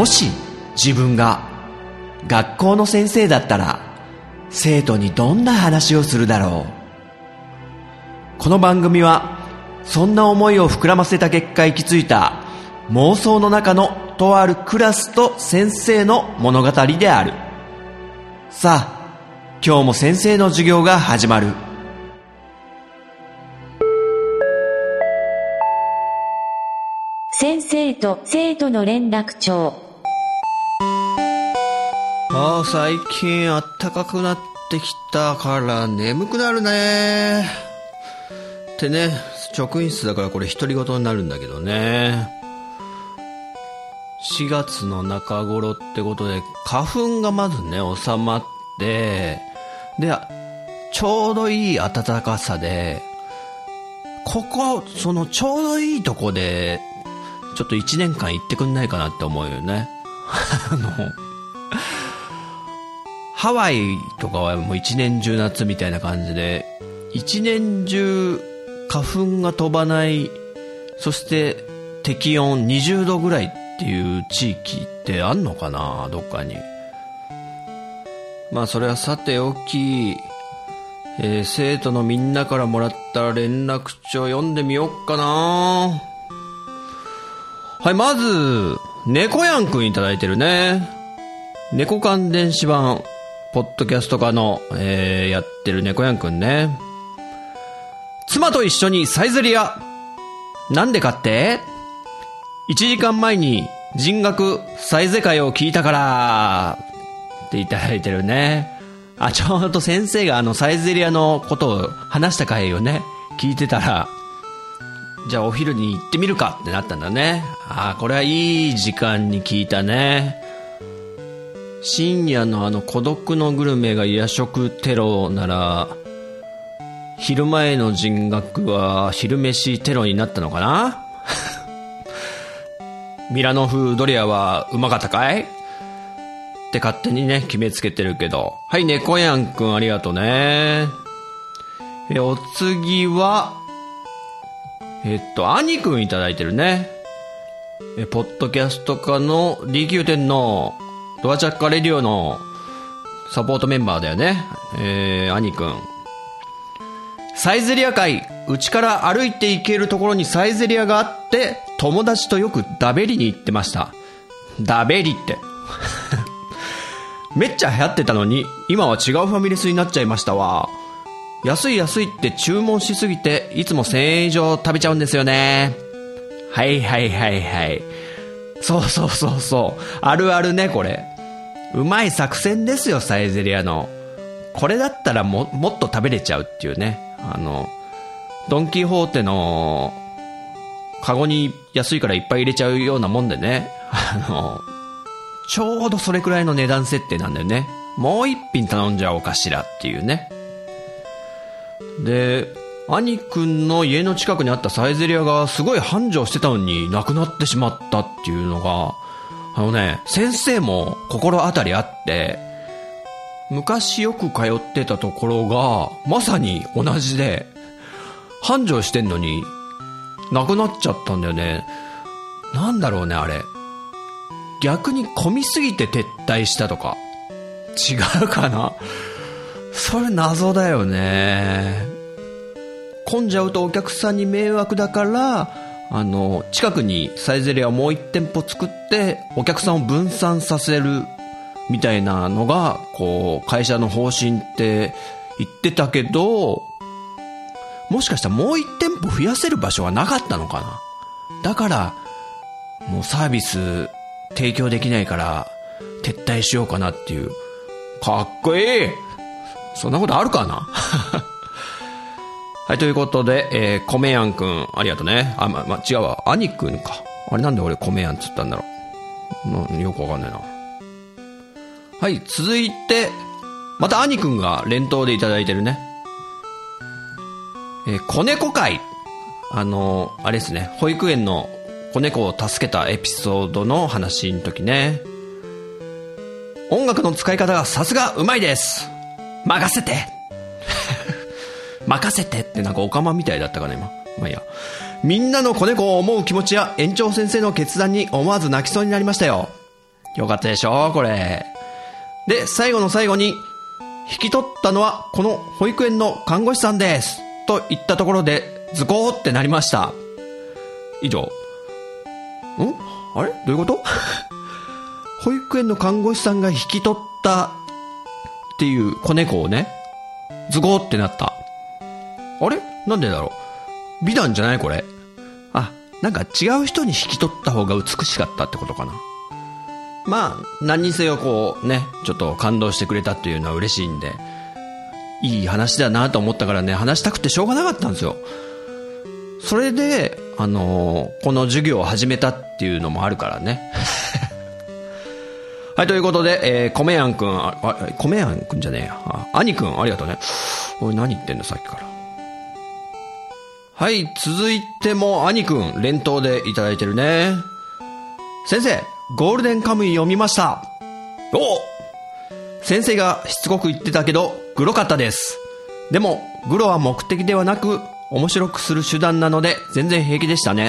もし自分が学校の先生だったら生徒にどんな話をするだろう。この番組はそんな思いを膨らませた結果行き着いた妄想の中のとあるクラスと先生の物語である。さあ、今日も先生の授業が始まる。 先生と生徒の連絡帳。 最近暖かくなってきたから眠くなるねってね、職員室だからこれ独り言になるんだけどね。4月の中頃ってことで花粉がまずね収まって、でちょうどいい暖かさで、そのちょうどいいとこでちょっと1年間行ってくんないかなって思うよねハワイとかはもう一年中夏みたいな感じで、一年中花粉が飛ばない、そして適温20度ぐらいっていう地域ってあんのかな、どっかに。まあそれはさておき、生徒のみんなからもらった連絡帳読んでみよっかな。はい、まず猫やんくんいただいてるね。猫缶電子版ポッドキャスト化の、やってる猫やんくんね。妻と一緒にサイゼリア。なんでかって、1時間前に人学サイゼ会を聞いたからっていただいてるね。ちょうど先生がサイゼリアのことを話した回をね聞いてたら、じゃあお昼に行ってみるかってなったんだね。これはいい時間に聞いたね。深夜の孤独のグルメが夜食テロなら、昼前の人学は昼飯テロになったのかなミラノ風ドリアはうまかったかいって勝手にね決めつけてるけど。はい、猫やんくんありがとうね。お次は兄くんいただいてるね。ポッドキャスト化の DQ 店のドアチャッカレディオのサポートメンバーだよね。兄くん。サイゼリア会、うちから歩いて行けるところにサイゼリアがあって、友達とよくダベリに行ってました。ダベリってめっちゃ流行ってたのに、今は違うファミレスになっちゃいましたわ。安い安いって注文しすぎて、いつも1000円以上食べちゃうんですよね。はいはいはいはい。そうあるあるね。これうまい作戦ですよ、サイゼリアの。これだったらもっと食べれちゃうっていうね。ドンキホーテのカゴに安いからいっぱい入れちゃうようなもんでね、ちょうどそれくらいの値段設定なんだよね。もう一品頼んじゃおうかしらっていうね。で、兄くんの家の近くにあったサイゼリアがすごい繁盛してたのになくなってしまったっていうのが、先生も心当たりあって、昔よく通ってたところがまさに同じで、繁盛してんのになくなっちゃったんだよね。なんだろうね、あれ。逆に混みすぎて撤退したとか、違うかな。それ謎だよね。混んじゃうとお客さんに迷惑だから、近くにサイゼリアをもう1店舗作ってお客さんを分散させるみたいなのが会社の方針って言ってたけど、もしかしたらもう1店舗増やせる場所はなかったのかな。だからもうサービス提供できないから撤退しようかなっていう。かっこいい。そんなことあるかなはい、ということで、米やんくんありがとうね。違うわ、兄くんか。あれなんで俺米やんつったんだろう。よくわかんないな。はい、続いてまた兄くんが連投でいただいてるね。子猫会、あれですね、保育園の子猫を助けたエピソードの話の時ね。音楽の使い方がさすがうまいです。任せて任せてってなんかオカマみたいだったかな今。まあいいや。みんなの子猫を思う気持ちや園長先生の決断に思わず泣きそうになりましたよ。 よかったでしょこれ。で、最後の最後に、引き取ったのはこの保育園の看護師さんです。と言ったところで、ズコーってなりました。以上。あれどういうこと保育園の看護師さんが引き取ったっていう子猫をね、ズコーってなった。あれなんでだろう。美談じゃないこれ。あ、なんか違う人に引き取った方が美しかったってことかな。まあ何にせよこうね、ちょっと感動してくれたっていうのは嬉しいんで、いい話だなと思ったからね、話したくてしょうがなかったんですよ。それでこの授業を始めたっていうのもあるからね。はい、ということで、米やんくん、米やんくんじゃねえや。兄くん、ありがとうね。おい、何言ってんの、さっきから。はい、続いても兄くん、連投でいただいてるね。先生、ゴールデンカムイ読みました。先生がしつこく言ってたけど、グロかったです。でも、グロは目的ではなく、面白くする手段なので、全然平気でしたね。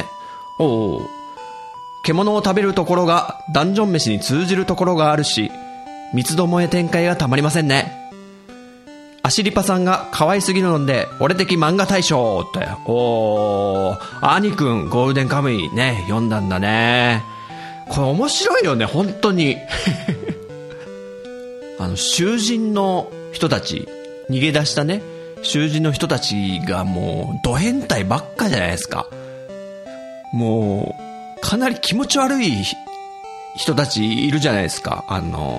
獣を食べるところがダンジョン飯に通じるところがあるし、三つどもえ展開がたまりませんね。アシリパさんが可愛すぎるので俺的漫画大賞って。兄くんゴールデンカムイね読んだんだね。これ面白いよね本当に。囚人の人たち、逃げ出したね囚人の人たちがもうド変態ばっかじゃないですか。もうかなり気持ち悪い人たちいるじゃないですか。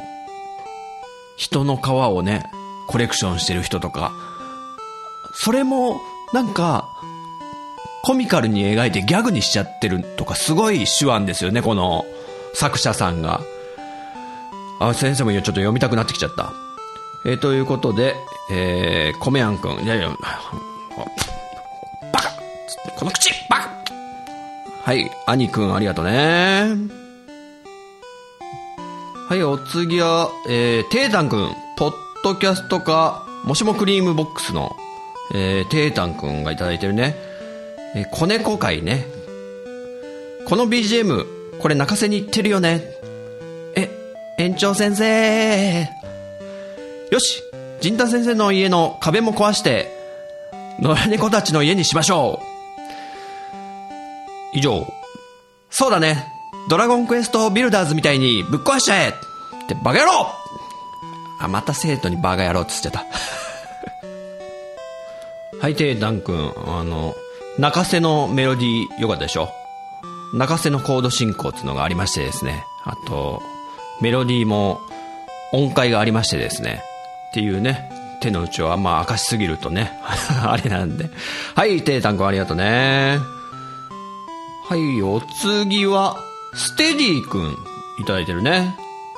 人の皮をねコレクションしてる人とか、それもなんかコミカルに描いてギャグにしちゃってるとか、すごい手腕ですよねこの作者さんが。先生もちょっと読みたくなってきちゃった。ということで、米やんくん、いやいやバカこの口バカ。はい、兄くんありがとうね。はい、お次は、テータンくん、ポッドキャストか、もしもクリームボックスの、テータンくんがいただいてるね。子猫会ね。この BGM、これ泣かせに行ってるよね。園長先生。よし、陣太先生の家の壁も壊して、野良猫たちの家にしましょう。以上。そうだね。ドラゴンクエストビルダーズみたいにぶっ壊しちゃえってバカ野郎。また生徒にバカ野郎って言っちゃった。はい、テータン君、泣かせのメロディーよかったでしょ。泣かせのコード進行っていうのがありましてですね。あと、メロディーも音階がありましてですね。っていうね。手の内をあんま明かしすぎるとね。あれなんで。はい、テータン君ありがとうね。はい、お次は、ステディ君いただいてるね。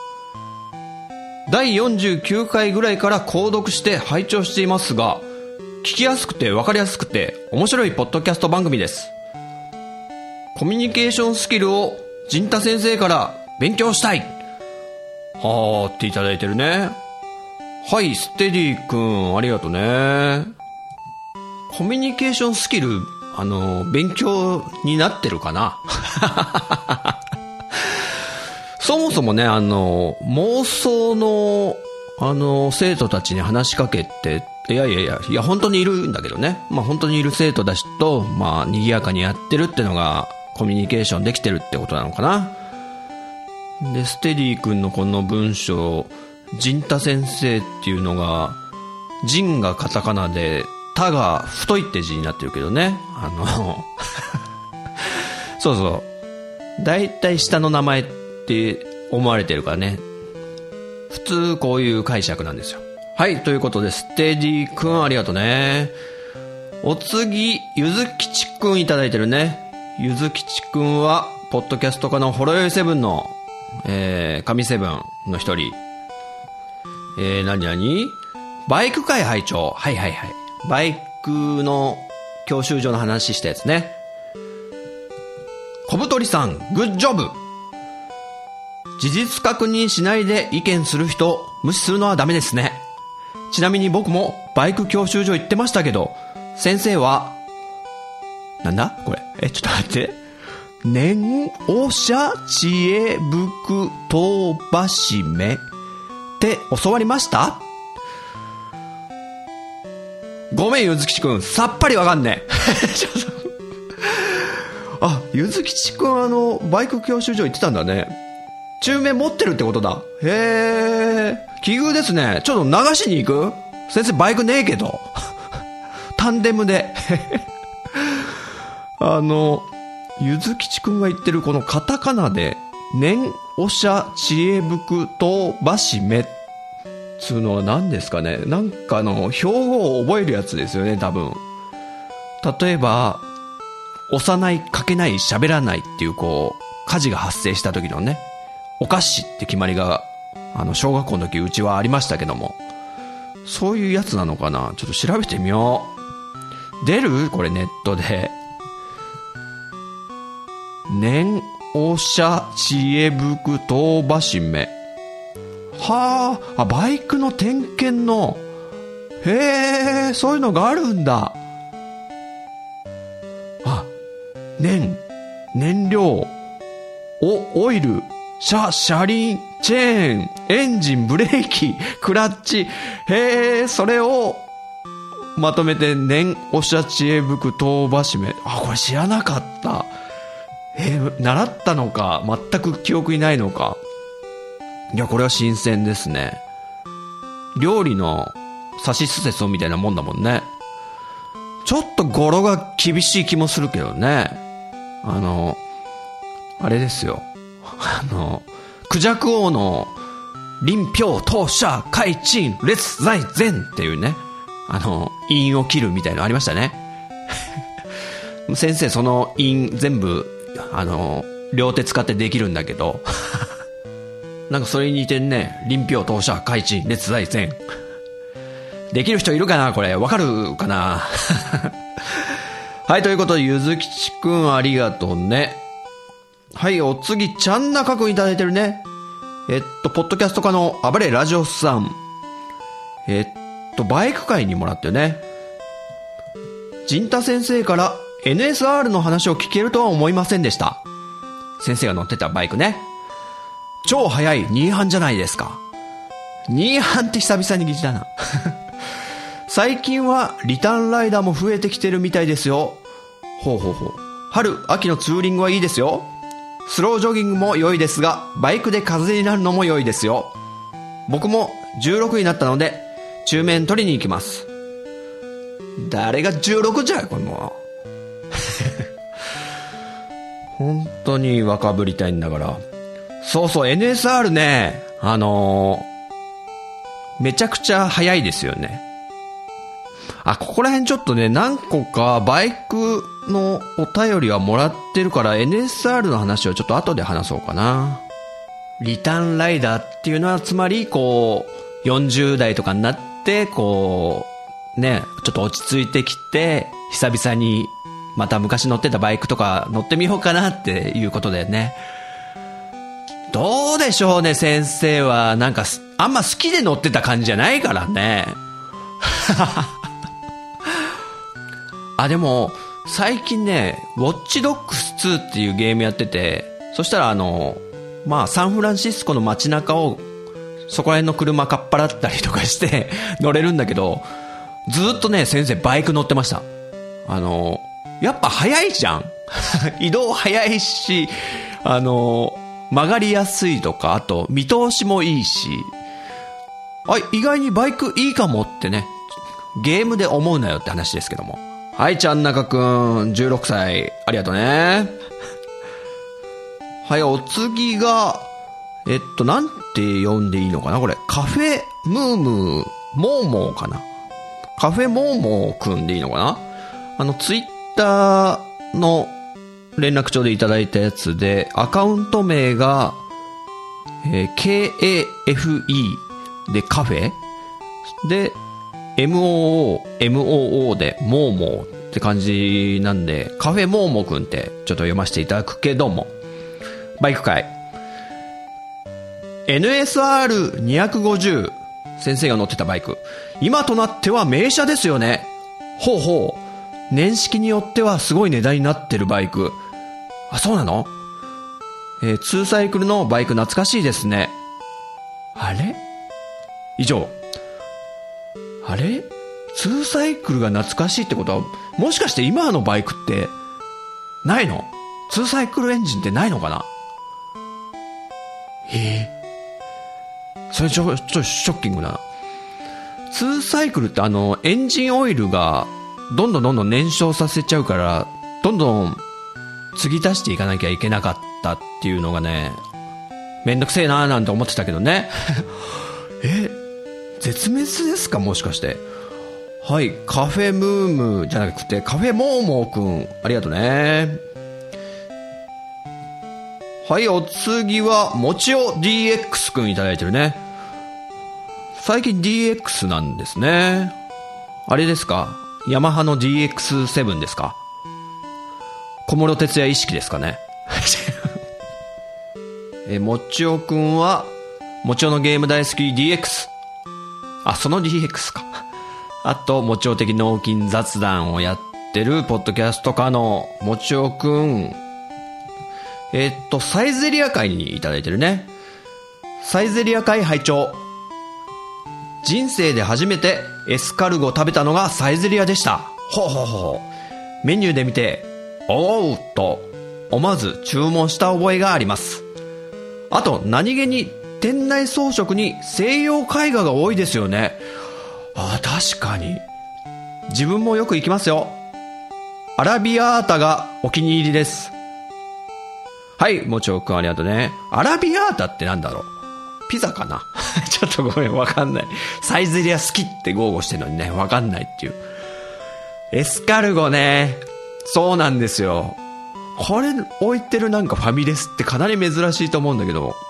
第49回ぐらいから購読して拝聴していますが、聞きやすくて分かりやすくて面白いポッドキャスト番組です。コミュニケーションスキルを陣太先生から勉強したい。はーっていただいてるね。はい、ステディ君ありがとうね。コミュニケーションスキル勉強になってるかな。そもそもね、妄想の、生徒たちに話しかけて、いや、本当にいるんだけどね。まあ、本当にいる生徒たちと、まあ、賑やかにやってるってのが、コミュニケーションできてるってことなのかな。で、ステディ君のこの文章、陣太先生っていうのが、陣がカタカナで、たが太いって字になってるけどね。そうそう。だいたい下の名前って思われてるからね。普通こういう解釈なんですよ。はい、ということで、ステディ君ありがとうね。お次、ゆずきちくんいただいてるね。ゆずきちくんは、ポッドキャスト家のほろよいセブンの、神セブンの一人。バイク会拝聴。はい。バイクの教習所の話したやつね。小太りさん、グッジョブ。事実確認しないで意見する人、無視するのはダメですね。ちなみに僕もバイク教習所行ってましたけど、先生は、なんだこれ。ちょっと待って。 年おしゃ知恵福とばしめって教わりました？ごめんゆずきちくん、さっぱりわかんねえあ、ゆずきちくんバイク教習所行ってたんだね。中免持ってるってことだ。へえ、奇遇ですね。ちょっと流しに行く？先生バイクねえけどタンデムでゆずきちくんが言ってるこのカタカナで年おしゃ知恵福とばしめつうのは何ですかね。なんか標語を覚えるやつですよね、多分。例えば押さない、書けない、喋らないっていう火事が発生した時のね、お菓子って決まりが小学校の時うちはありましたけども、そういうやつなのかな。ちょっと調べてみよう。出る？これネットで。年おしゃ知恵福とばしめ。はあ、バイクの点検の、へえ、そういうのがあるんだ。あ、燃料、オイル、車輪、チェーン、エンジン、ブレーキ、クラッチ。へえ、それをまとめて年おしゃ知恵福とばしめ。あ、これ知らなかった。習ったのか全く記憶にないのか。いや、これは新鮮ですね。料理のさしすせそみたいなもんだもんね。ちょっと語呂が厳しい気もするけどね。あれですよ。クジャク王の臨氷当社開陳列在前っていうね、韻を切るみたいなのありましたね。先生その韻全部両手使ってできるんだけどなんかそれに似てんね。臨氷当社開陳列在前。できる人いるかな、これ。わかるかなはい、ということで、ゆずきちくんありがとうね。はい、お次、ちゃんなかくんいただいてるね。ポッドキャスト家の暴れラジオスさん。バイク会にもらったよね。陣太先生から NSR の話を聞けるとは思いませんでした。先生が乗ってたバイクね。超速い2班じゃないですか。2班って久々に聞いたな。最近はリターンライダーも増えてきてるみたいですよ。ほうほうほう。春、秋のツーリングはいいですよ。スロージョギングも良いですが、バイクで風になるのも良いですよ。僕も16になったので、中免取りに行きます。誰が16じゃい、これもう。本当に若ぶりたいんだから。そうそう、NSR ね、めちゃくちゃ速いですよね。あ、ここら辺ちょっとね、何個かバイクのお便りはもらってるから NSR の話をちょっと後で話そうかな。リターンライダーっていうのはつまり40代とかになってね、ちょっと落ち着いてきて久々にまた昔乗ってたバイクとか乗ってみようかなっていうことでね。どうでしょうね、先生は。なんかあんま好きで乗ってた感じじゃないからね。あ、でも最近ね、ウォッチドッグス2っていうゲームやってて、そしたらサンフランシスコの街中をそこら辺の車かっぱらったりとかして乗れるんだけど、ずっとね、先生バイク乗ってました。やっぱ速いじゃん。移動速いし、曲がりやすいとか、あと見通しもいいし、意外にバイクいいかもってね、ゲームで思うなよって話ですけども。はい、ちゃんなかくん、16歳、ありがとうね。はい、お次が、なんて読んでいいのかなこれ。カフェムームー、モーモーかな。カフェモーモーくんでいいのかな。ツイッターの連絡帳でいただいたやつで、アカウント名が、KAFE でカフェで、MOO でモーモーって感じなんで、カフェモーモーくんってちょっと読ませていただくけども、バイク会 NSR250 先生が乗ってたバイク、今となっては名車ですよね。ほうほう。年式によってはすごい値段になってるバイク。 あ、そうなの？2サイクルのバイク懐かしいですね。あれ？以上。あれ？ 2 サイクルが懐かしいってことは、もしかして今のバイクってないの？ 2 サイクルエンジンってないのかな？それちょっとショッキングだな。2サイクルってエンジンオイルがどんどん燃焼させちゃうから、どんどん継ぎ足していかなきゃいけなかったっていうのがね、めんどくせえなーなんて思ってたけどね。絶滅ですか、もしかして。はい、カフェムームじゃなくてカフェモーモーくん、ありがとうね。はい、お次はもちお DX くんいただいてるね。最近 DX なんですね。あれですか、ヤマハの DX7 ですか？小室哲哉意識ですかね。もちおくんはもちおのゲーム大好き DX、 あ、その DX か。あともちお的脳筋雑談をやってるポッドキャスト家のもちおくん、サイゼリア会にいただいてるね。サイゼリア会拝聴。人生で初めてエスカルゴ食べたのがサイゼリアでした。ほうほうほう。メニューで見ておうと思わず注文した覚えがあります。あと何気に店内装飾に西洋絵画が多いですよね。あ、確かに自分もよく行きますよ。アラビアータがお気に入りです。はい、もちおくんありがとうね。アラビアータってなんだろう、ピザかな。ちょっとごめん、わかんない。サイゼリア好きって豪語してるのにね、わかんないっていう。エスカルゴね、そうなんですよ。これ置いてるなんかファミレスってかなり珍しいと思うんだけど、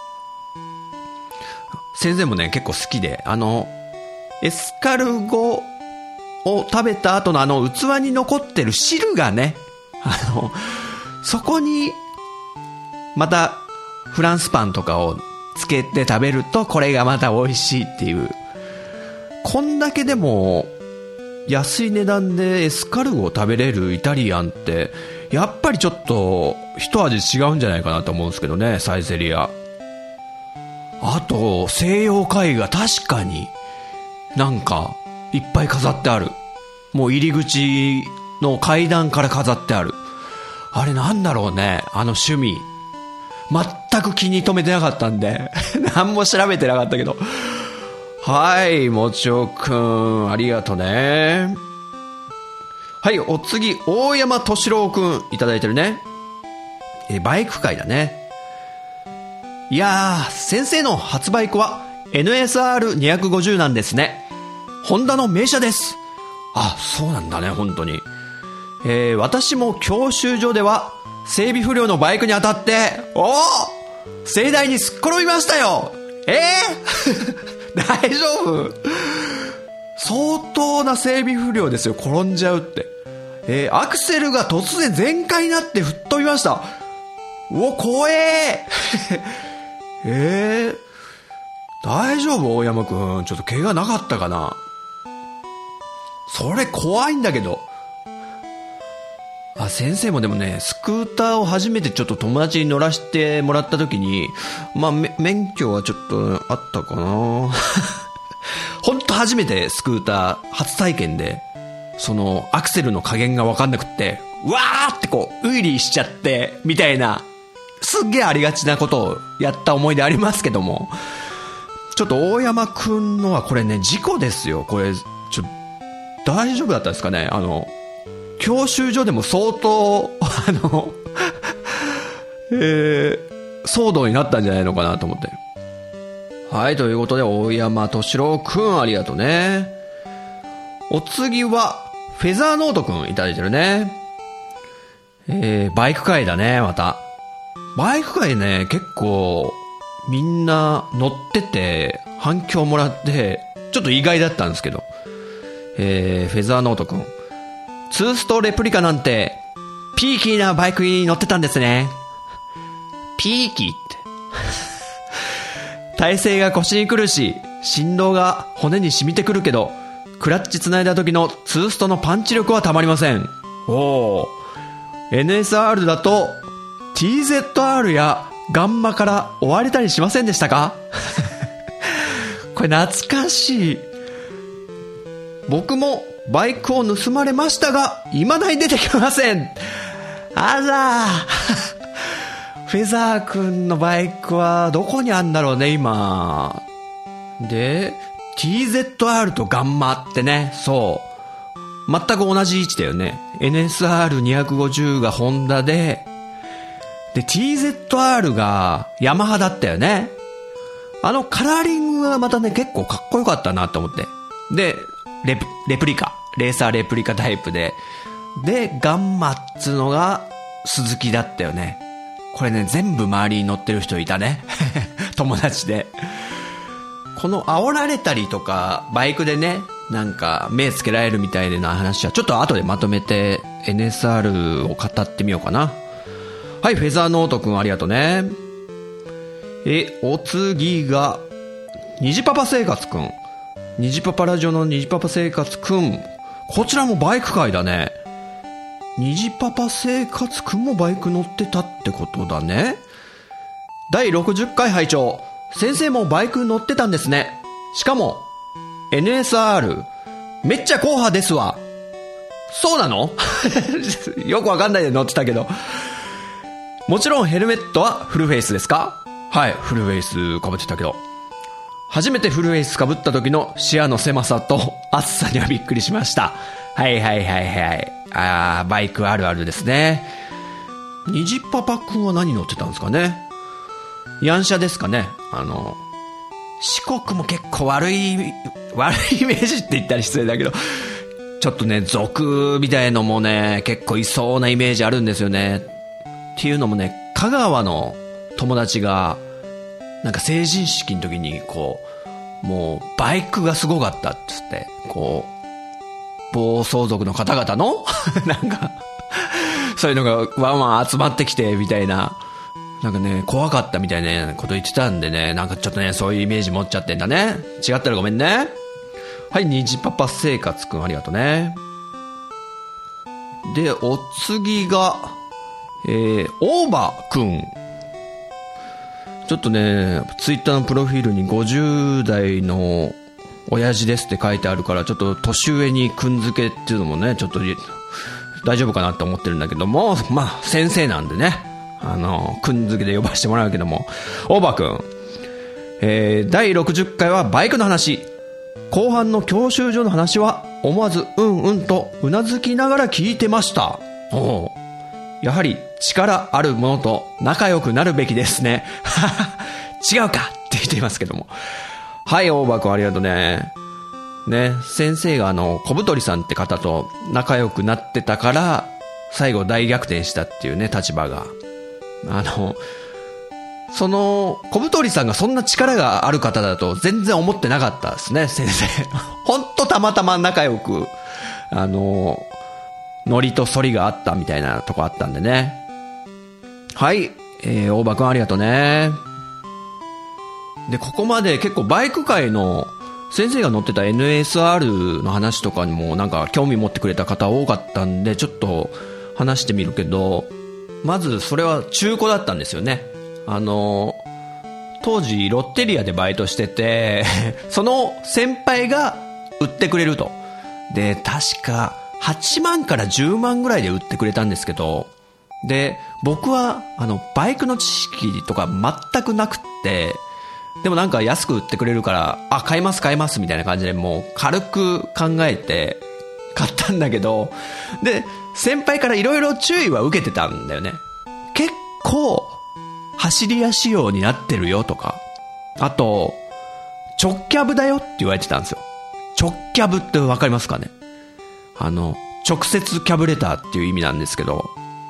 先生もね結構好きで、エスカルゴを食べた後の器に残ってる汁がね、そこにまたフランスパンとかをつけて食べると、これがまた美味しいっていう。こんだけでも安い値段でエスカルゴを食べれるイタリアンってやっぱりちょっと一味違うんじゃないかなと思うんですけどね、サイゼリア。あと西洋絵画、確かになんかいっぱい飾ってある。もう入り口の階段から飾ってある。あれなんだろうね、趣味。全く気に留めてなかったんで何も調べてなかったけど。はい、もちおくんありがとね。はい、お次大山敏郎くんいただいてるね。バイク界だね。いやー、先生の発売庫は NSR250 なんですね。ホンダの名車です。あ、そうなんだね、本当に。私も教習所では整備不良のバイクに当たって盛大にすっ転びましたよ。大丈夫？相当な整備不良ですよ、転んじゃうって。アクセルが突然全開になって吹っ飛びました。怖え大丈夫？大山くん、ちょっと怪我なかったかな。それ怖いんだけど。先生もでもね、スクーターを初めてちょっと友達に乗らせてもらった時に、免許はちょっとあったかな。ほんと初めてスクーター初体験で、そのアクセルの加減が分かんなくって、うわーってこうウイリーしちゃってみたいな、すっげーありがちなことをやった思い出ありますけども、ちょっと大山くんのはこれね、事故ですよ。これ大丈夫だったんですかね。教習所でも相当騒動になったんじゃないのかなと思って。はい、ということで大山敏郎くんありがとうね。お次はフェザーノートくんいただいてるね。バイク界だね。またバイク界ね、結構みんな乗ってて反響もらってちょっと意外だったんですけど、フェザーノートくん、ツーストレプリカなんてピーキーなバイクに乗ってたんですね。ピーキーって体勢が腰にくるし、振動が骨に染みてくるけど、クラッチ繋いだ時のツーストのパンチ力はたまりません。NSR だと TZR やガンマから追われたりしませんでしたか？これ懐かしい。僕もバイクを盗まれましたが、未だに出てきません。あらフェザーくんのバイクはどこにあんだろうね、今。で、TZR とガンマってね、そう。全く同じ位置だよね。NSR250 がホンダで、TZR がヤマハだったよね。カラーリングはまたね、結構かっこよかったなと思って。で、レプリカ。レーサーレプリカタイプで。で、ガンマっつうのが鈴木だったよね。これね、全部周りに乗ってる人いたね。友達で。この煽られたりとか、バイクでね、なんか目つけられるみたいな話は、ちょっと後でまとめて NSR を語ってみようかな。はい、フェザーノートくんありがとうね。お次が、虹パパ生活くん。虹パパラジオの虹パパ生活くん。こちらもバイク界だね。虹パパ生活くんもバイク乗ってたってことだね。第60回拝聴。先生もバイク乗ってたんですね。しかも、NSR、めっちゃ硬派ですわ。そうなの？よくわかんないで乗ってたけど。もちろんヘルメットはフルフェイスですか？はい、フルフェイス被ってたけど。初めてフルフェイス被った時の視野の狭さと厚さにはびっくりしました。はいはいはいはい。バイクあるあるですね。虹パパくんは何乗ってたんですかね？ヤンシャですかね。四国も結構悪いイメージって言ったら失礼だけど、ちょっとね、族みたいのもね、結構いそうなイメージあるんですよね。っていうのもね、香川の友達が、なんか成人式の時に、もう、バイクがすごかったっつって、暴走族の方々の、なんか、そういうのがワンワン集まってきて、みたいな、なんかね、怖かったみたいなこと言ってたんでね、なんかちょっとね、そういうイメージ持っちゃってんだね。違ったらごめんね。はい、虹パパ生活くんありがとうね。で、お次が、オーバーくん。ちょっとね、ツイッターのプロフィールに50代の親父ですって書いてあるから、ちょっと年上にくんづけっていうのもね、ちょっと大丈夫かなって思ってるんだけども、まあ、先生なんでね、くんづけで呼ばせてもらうけども、オーバーくん。第60回はバイクの話。後半の教習所の話は思わずうんうんとうなずきながら聞いてました。やはり力あるものと仲良くなるべきですね。違うかって言っていますけども。はい、大場君ありがとうね。ね、先生が小太りさんって方と仲良くなってたから、最後大逆転したっていうね、立場が。その、小太りさんがそんな力がある方だと全然思ってなかったですね、先生。ほんとたまたま仲良く、ノリと反りがあったみたいなとこあったんでね。はい、大場くんありがとうね。で、ここまで結構バイク界の先生が乗ってた NSR の話とかにもなんか興味持ってくれた方多かったんで、ちょっと話してみるけど、まずそれは中古だったんですよね。当時ロッテリアでバイトしててその先輩が売ってくれると。で、確か8万から10万ぐらいで売ってくれたんですけど、で、僕はバイクの知識とか全くなくって、でもなんか安く売ってくれるから、あ、買いますみたいな感じでもう軽く考えて買ったんだけど、で、先輩からいろいろ注意は受けてたんだよね。結構走り屋仕様になってるよとか、あと直キャブだよって言われてたんですよ。直キャブってわかりますかね？直接キャブレターっていう意味なんですけど、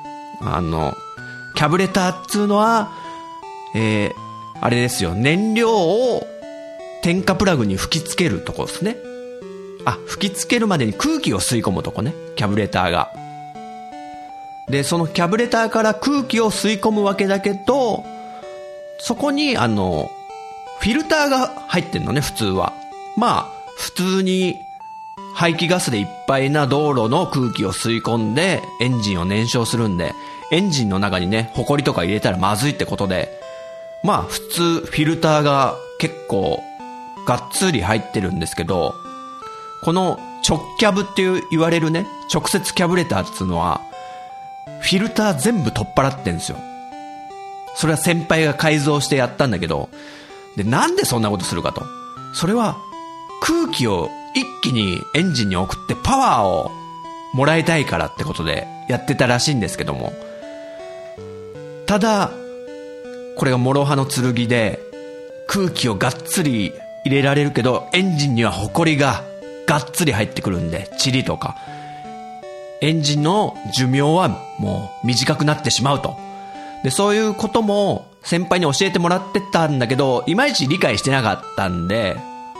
キャブレターっつうのは、あれですよ、燃料を点火プラグに吹きつけるとこですね。あ、吹きつけるまでに空気を吸い込むとこね、キャブレターが。で、そのキャブレターから空気を吸い込むわけだけど、そこにフィルターが入ってんのね、普通は。まあ、普通に排気ガスでいっぱいな道路の空気を吸い込んでエンジンを燃焼するんで、 エンジンの中にね、ホコリとか入れたらまずいってことで、まあ普通フィルターが結構がっつり入ってるんですけど、この直キャブって言われるね、直接キャブレターっていうのは、フィルター全部取っ払ってんですよ。それは先輩が改造してやったんだけど、で、なんでそんなことするかと。それは空気を一気にエンジンに送ってパワーをもらいたいからってことでやってたらしいんですけども、ただこれが諸刃の剣で、空気をがっつり入れられるけどエンジンにはホコリががっつり入ってくるんで、塵とかエンジンの寿命はもう短くなってしまうと。で、そういうことも先輩に教えてもらってたんだけど、いまいち理解してなかったんで、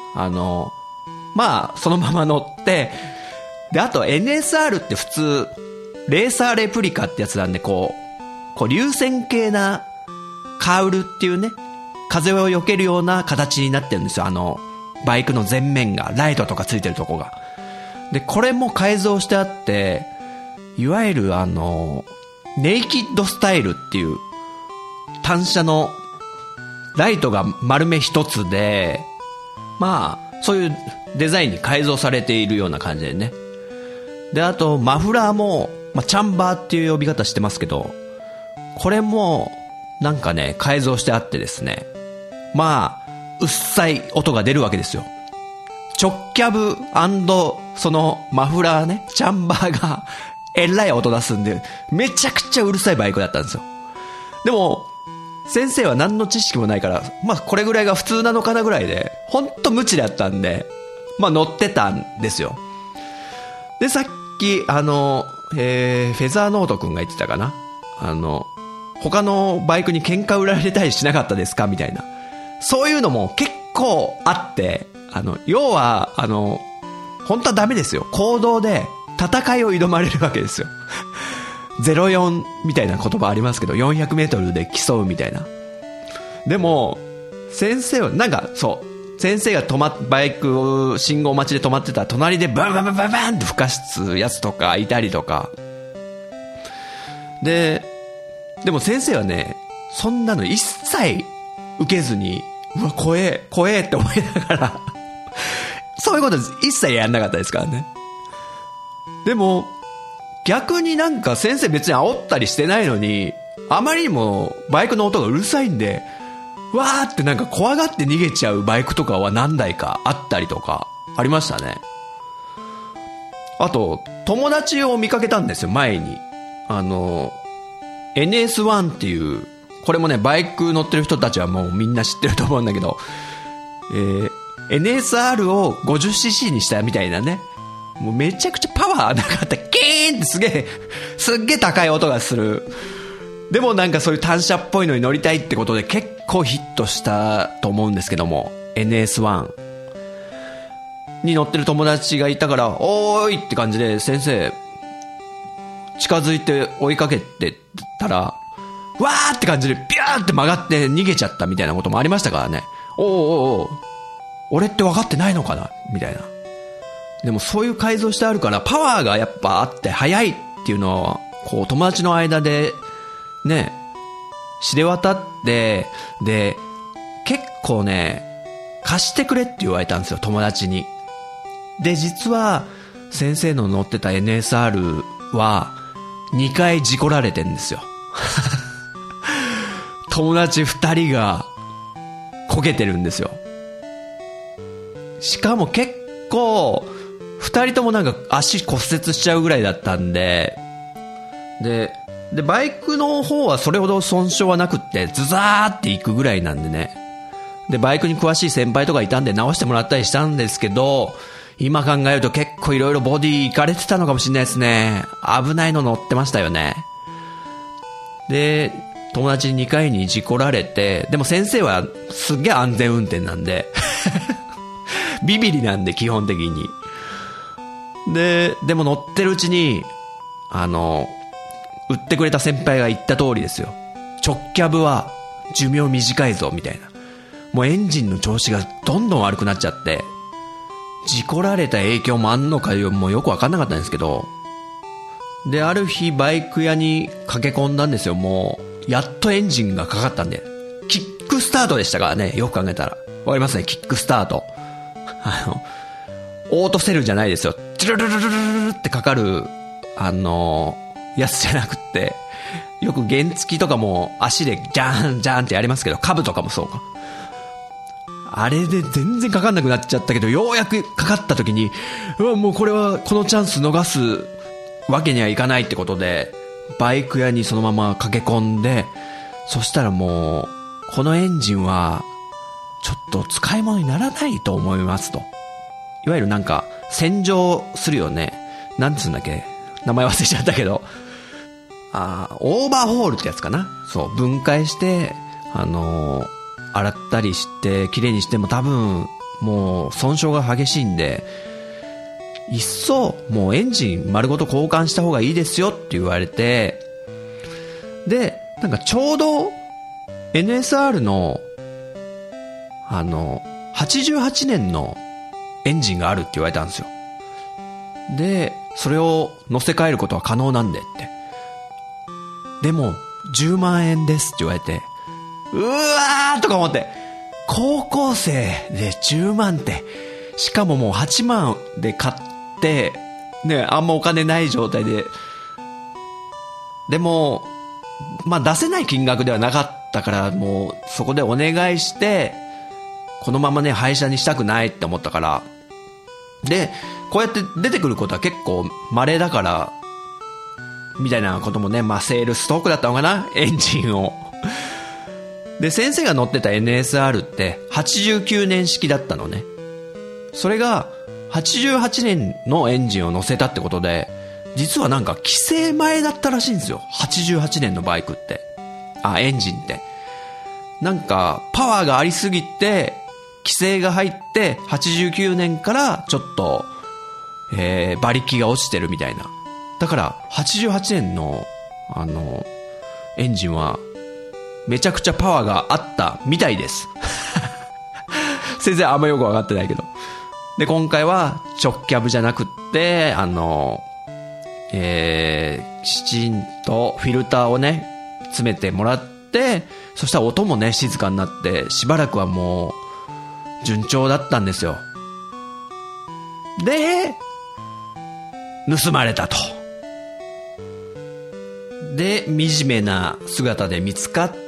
まあそのまま乗って、で、あと NSR って普通レーサーレプリカってやつなんで、こう流線形なカウルっていうね、風を避けるような形になってるんですよ。バイクの前面がライトとかついてるとこが。で、これも改造してあって、いわゆるネイキッドスタイルっていう単車のライトが丸目一つで、まあそういうデザインに改造されているような感じでね。で、あとマフラーも、チャンバーっていう呼び方してますけど、これもなんかね改造してあってですね、まあうっさい音が出るわけですよ。直キャブ&そのマフラーね、チャンバーがえらい音出すんで、めちゃくちゃうるさいバイクだったんですよ。でも先生は何の知識もないから、まあこれぐらいが普通なのかなぐらいで、ほんと無知だったんで、まあ乗ってたんですよ。で、さっきフェザーノートくんが言ってたかな、他のバイクに喧嘩売られたりしなかったですかみたいな、そういうのも結構あって、要は本当はダメですよ。公道で戦いを挑まれるわけですよ。04みたいな言葉ありますけど、400メートルで競うみたいな。でも先生はなんか、そう先生がバイクを信号待ちで止まってたら、隣でバンバンバンバンバンって吹かすやつとかいたりとかでも先生はね、そんなの一切受けずに、うわ怖え怖えって思いながらそういうこと一切やんなかったですからね。でも逆になんか先生別に煽ったりしてないのに、あまりにもバイクの音がうるさいんで、わーってなんか怖がって逃げちゃうバイクとかは何台かあったりとかありましたね。あと友達を見かけたんですよ、前に。NS1 っていう、これもねバイク乗ってる人たちはもうみんな知ってると思うんだけど、NSR を 50cc にしたみたいなね、もうめちゃくちゃパワーなかった、キーンってすっげえ高い音がする。でもなんかそういう単車っぽいのに乗りたいってことで結構ヒットしたと思うんですけども、 NS1 に乗ってる友達がいたから、おーいって感じで先生近づいて追いかけてたら、わーって感じでビューって曲がって逃げちゃったみたいなこともありましたからね。おー俺って分かってないのかなみたいな。でもそういう改造してあるからパワーがやっぱあって速いっていうのはこう友達の間でね知れ渡って、で結構ね貸してくれって言われたんですよ、友達に。で実は先生の乗ってた NSR は2回事故られてんですよ友達2人がこけてるんですよ。しかも結構2人ともなんか足骨折しちゃうぐらいだったんで、でバイクの方はそれほど損傷はなくってズザーっていくぐらいなんでね。でバイクに詳しい先輩とかいたんで直してもらったりしたんですけど、今考えると結構いろいろボディいかれてたのかもしれないですね。危ないの乗ってましたよね。で友達に2回に事故られて、でも先生はすっげえ安全運転なんでビビリなんで基本的に。でも乗ってるうちに売ってくれた先輩が言った通りですよ。直キャブは寿命短いぞみたいな。もうエンジンの調子がどんどん悪くなっちゃって、事故られた影響もあんのかもよく分かんなかったんですけど、 で、ある日バイク屋に駆け込んだんですよ。もう、やっとエンジンがかかったんで。キックスタートでしたからね、よく考えたら。わかりますね、キックスタート。オートセルじゃないですよ。チュルルルルルルってかかる、やつじゃなくって、よく原付とかも足でジャーンジャーンってやりますけど、カブとかもそうか。あれで全然かかんなくなっちゃったけど、ようやくかかった時に、うわ、もうこれはこのチャンス逃すわけにはいかないってことで、バイク屋にそのまま駆け込んで、そしたらもう、このエンジンは、ちょっと使い物にならないと思いますと。いわゆるなんか、洗浄するよね。なんつうんだっけ、名前忘れちゃったけど、オーバーホールってやつかな。そう、分解して、洗ったりして綺麗にしても多分もう損傷が激しいんで、いっそもうエンジン丸ごと交換した方がいいですよって言われて、でなんかちょうど NSR の88年のエンジンがあるって言われたんですよ。でそれを乗せ替えることは可能なんでって。でも10万円ですって言われて、うわーとか思って、高校生で10万って、しかももう8万で買ってね、あんまお金ない状態で、でもまあ出せない金額ではなかったから、もうそこでお願いして、このままね廃車にしたくないって思ったから、でこうやって出てくることは結構稀だからみたいなこともね、まあセールストークだったのかな、エンジンを。で先生が乗ってた NSR って89年式だったのね。それが88年のエンジンを乗せたってことで、実はなんか規制前だったらしいんですよ、88年のバイクって。エンジンってなんかパワーがありすぎて規制が入って、89年からちょっと、馬力が落ちてるみたいな。だから88年のエンジンはめちゃくちゃパワーがあったみたいです先生あんまよく分かってないけど。で今回は直キャブじゃなくって、きちんとフィルターをね詰めてもらって、そしたら音もね静かになって、しばらくはもう順調だったんですよ。で盗まれたと。で惨めな姿で見つかって、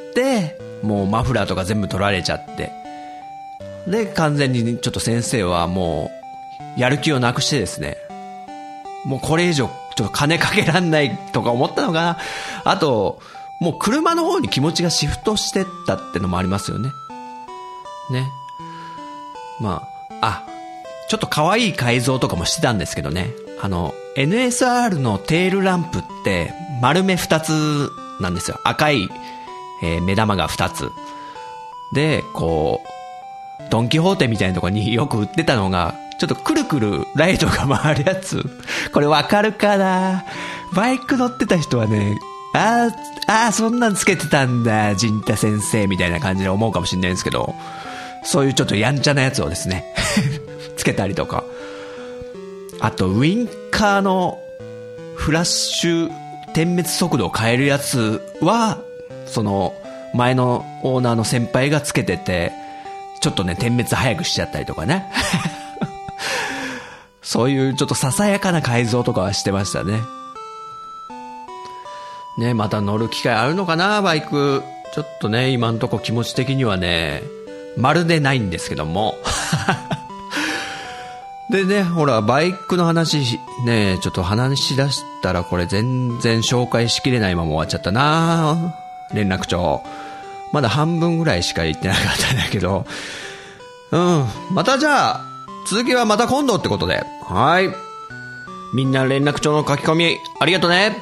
もうマフラーとか全部取られちゃって、で完全にちょっと先生はもうやる気をなくしてですね、もうこれ以上ちょっと金かけらんないとか思ったのかな。あともう車の方に気持ちがシフトしてったってのもありますよね。ね、まあちょっと可愛い改造とかもしてたんですけどね。NSR のテールランプって丸目2つなんですよ。赤い、目玉が2つで、こうドンキホーテみたいなところによく売ってたのが、ちょっとくるくるライトが回るやつ。これわかるかな。バイク乗ってた人はね、そんなんつけてたんだ陣太先生みたいな感じで思うかもしれないんですけど、そういうちょっとやんちゃなやつをですねつけたりとか、あとウインカーのフラッシュ点滅速度を変えるやつは、その前のオーナーの先輩がつけてて、ちょっとね点滅早くしちゃったりとかねそういうちょっとささやかな改造とかはしてましたね。ね、また乗る機会あるのかな、バイク。ちょっとね今んとこ気持ち的にはねまるでないんですけどもでね、ほらバイクの話ね、ちょっと話し出したらこれ全然紹介しきれないまま終わっちゃったな。連絡帳まだ半分ぐらいしか言ってなかったんだけど、またじゃあ続きはまた今度ってことで、はい、みんな連絡帳の書き込みありがとね。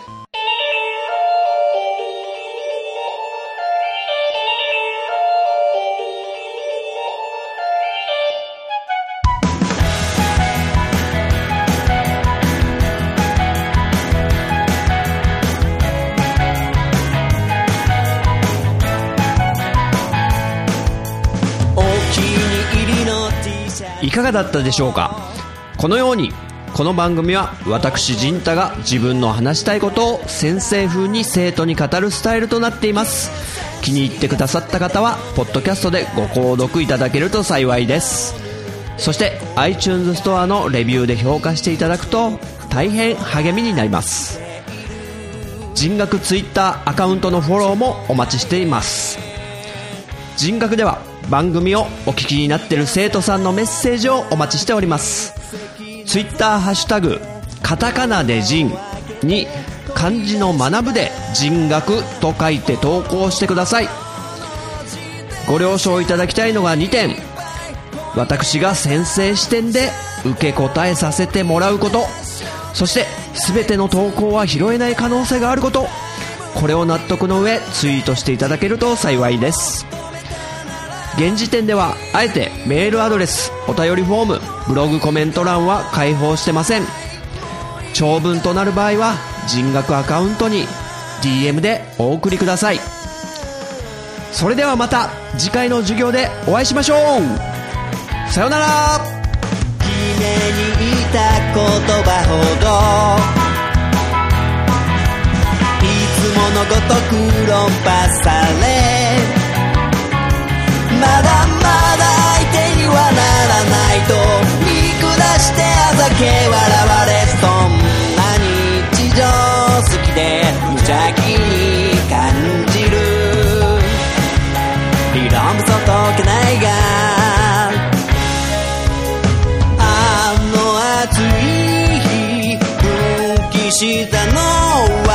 いかがだったでしょうか。このようにこの番組は私陣太が自分の話したいことを先生風に生徒に語るスタイルとなっています。気に入ってくださった方はポッドキャストでご購読いただけると幸いです。そして iTunes ストアのレビューで評価していただくと大変励みになります。人学ツイッターアカウントのフォローもお待ちしています。人学では番組をお聞きになっている生徒さんのメッセージをお待ちしております。ツイッターハッシュタグカタカナで人に漢字の学ぶで人学と書いて投稿してください。ご了承いただきたいのが2点。私が先生視点で受け答えさせてもらうこと、そして全ての投稿は拾えない可能性があること、これを納得の上ツイートしていただけると幸いです。現時点ではあえてメールアドレス、お便りフォーム、ブログコメント欄は開放してません。長文となる場合は人学アカウントに DM でお送りください。それではまた次回の授業でお会いしましょう。さようなら。 君に言いた言葉ほどいつものごとく論破され、まだまだ相手にはならないと見下してあざけ笑われ、そんな日常好きで無邪気に感じる。理論もそう解けないが、あの暑い日分岐したのは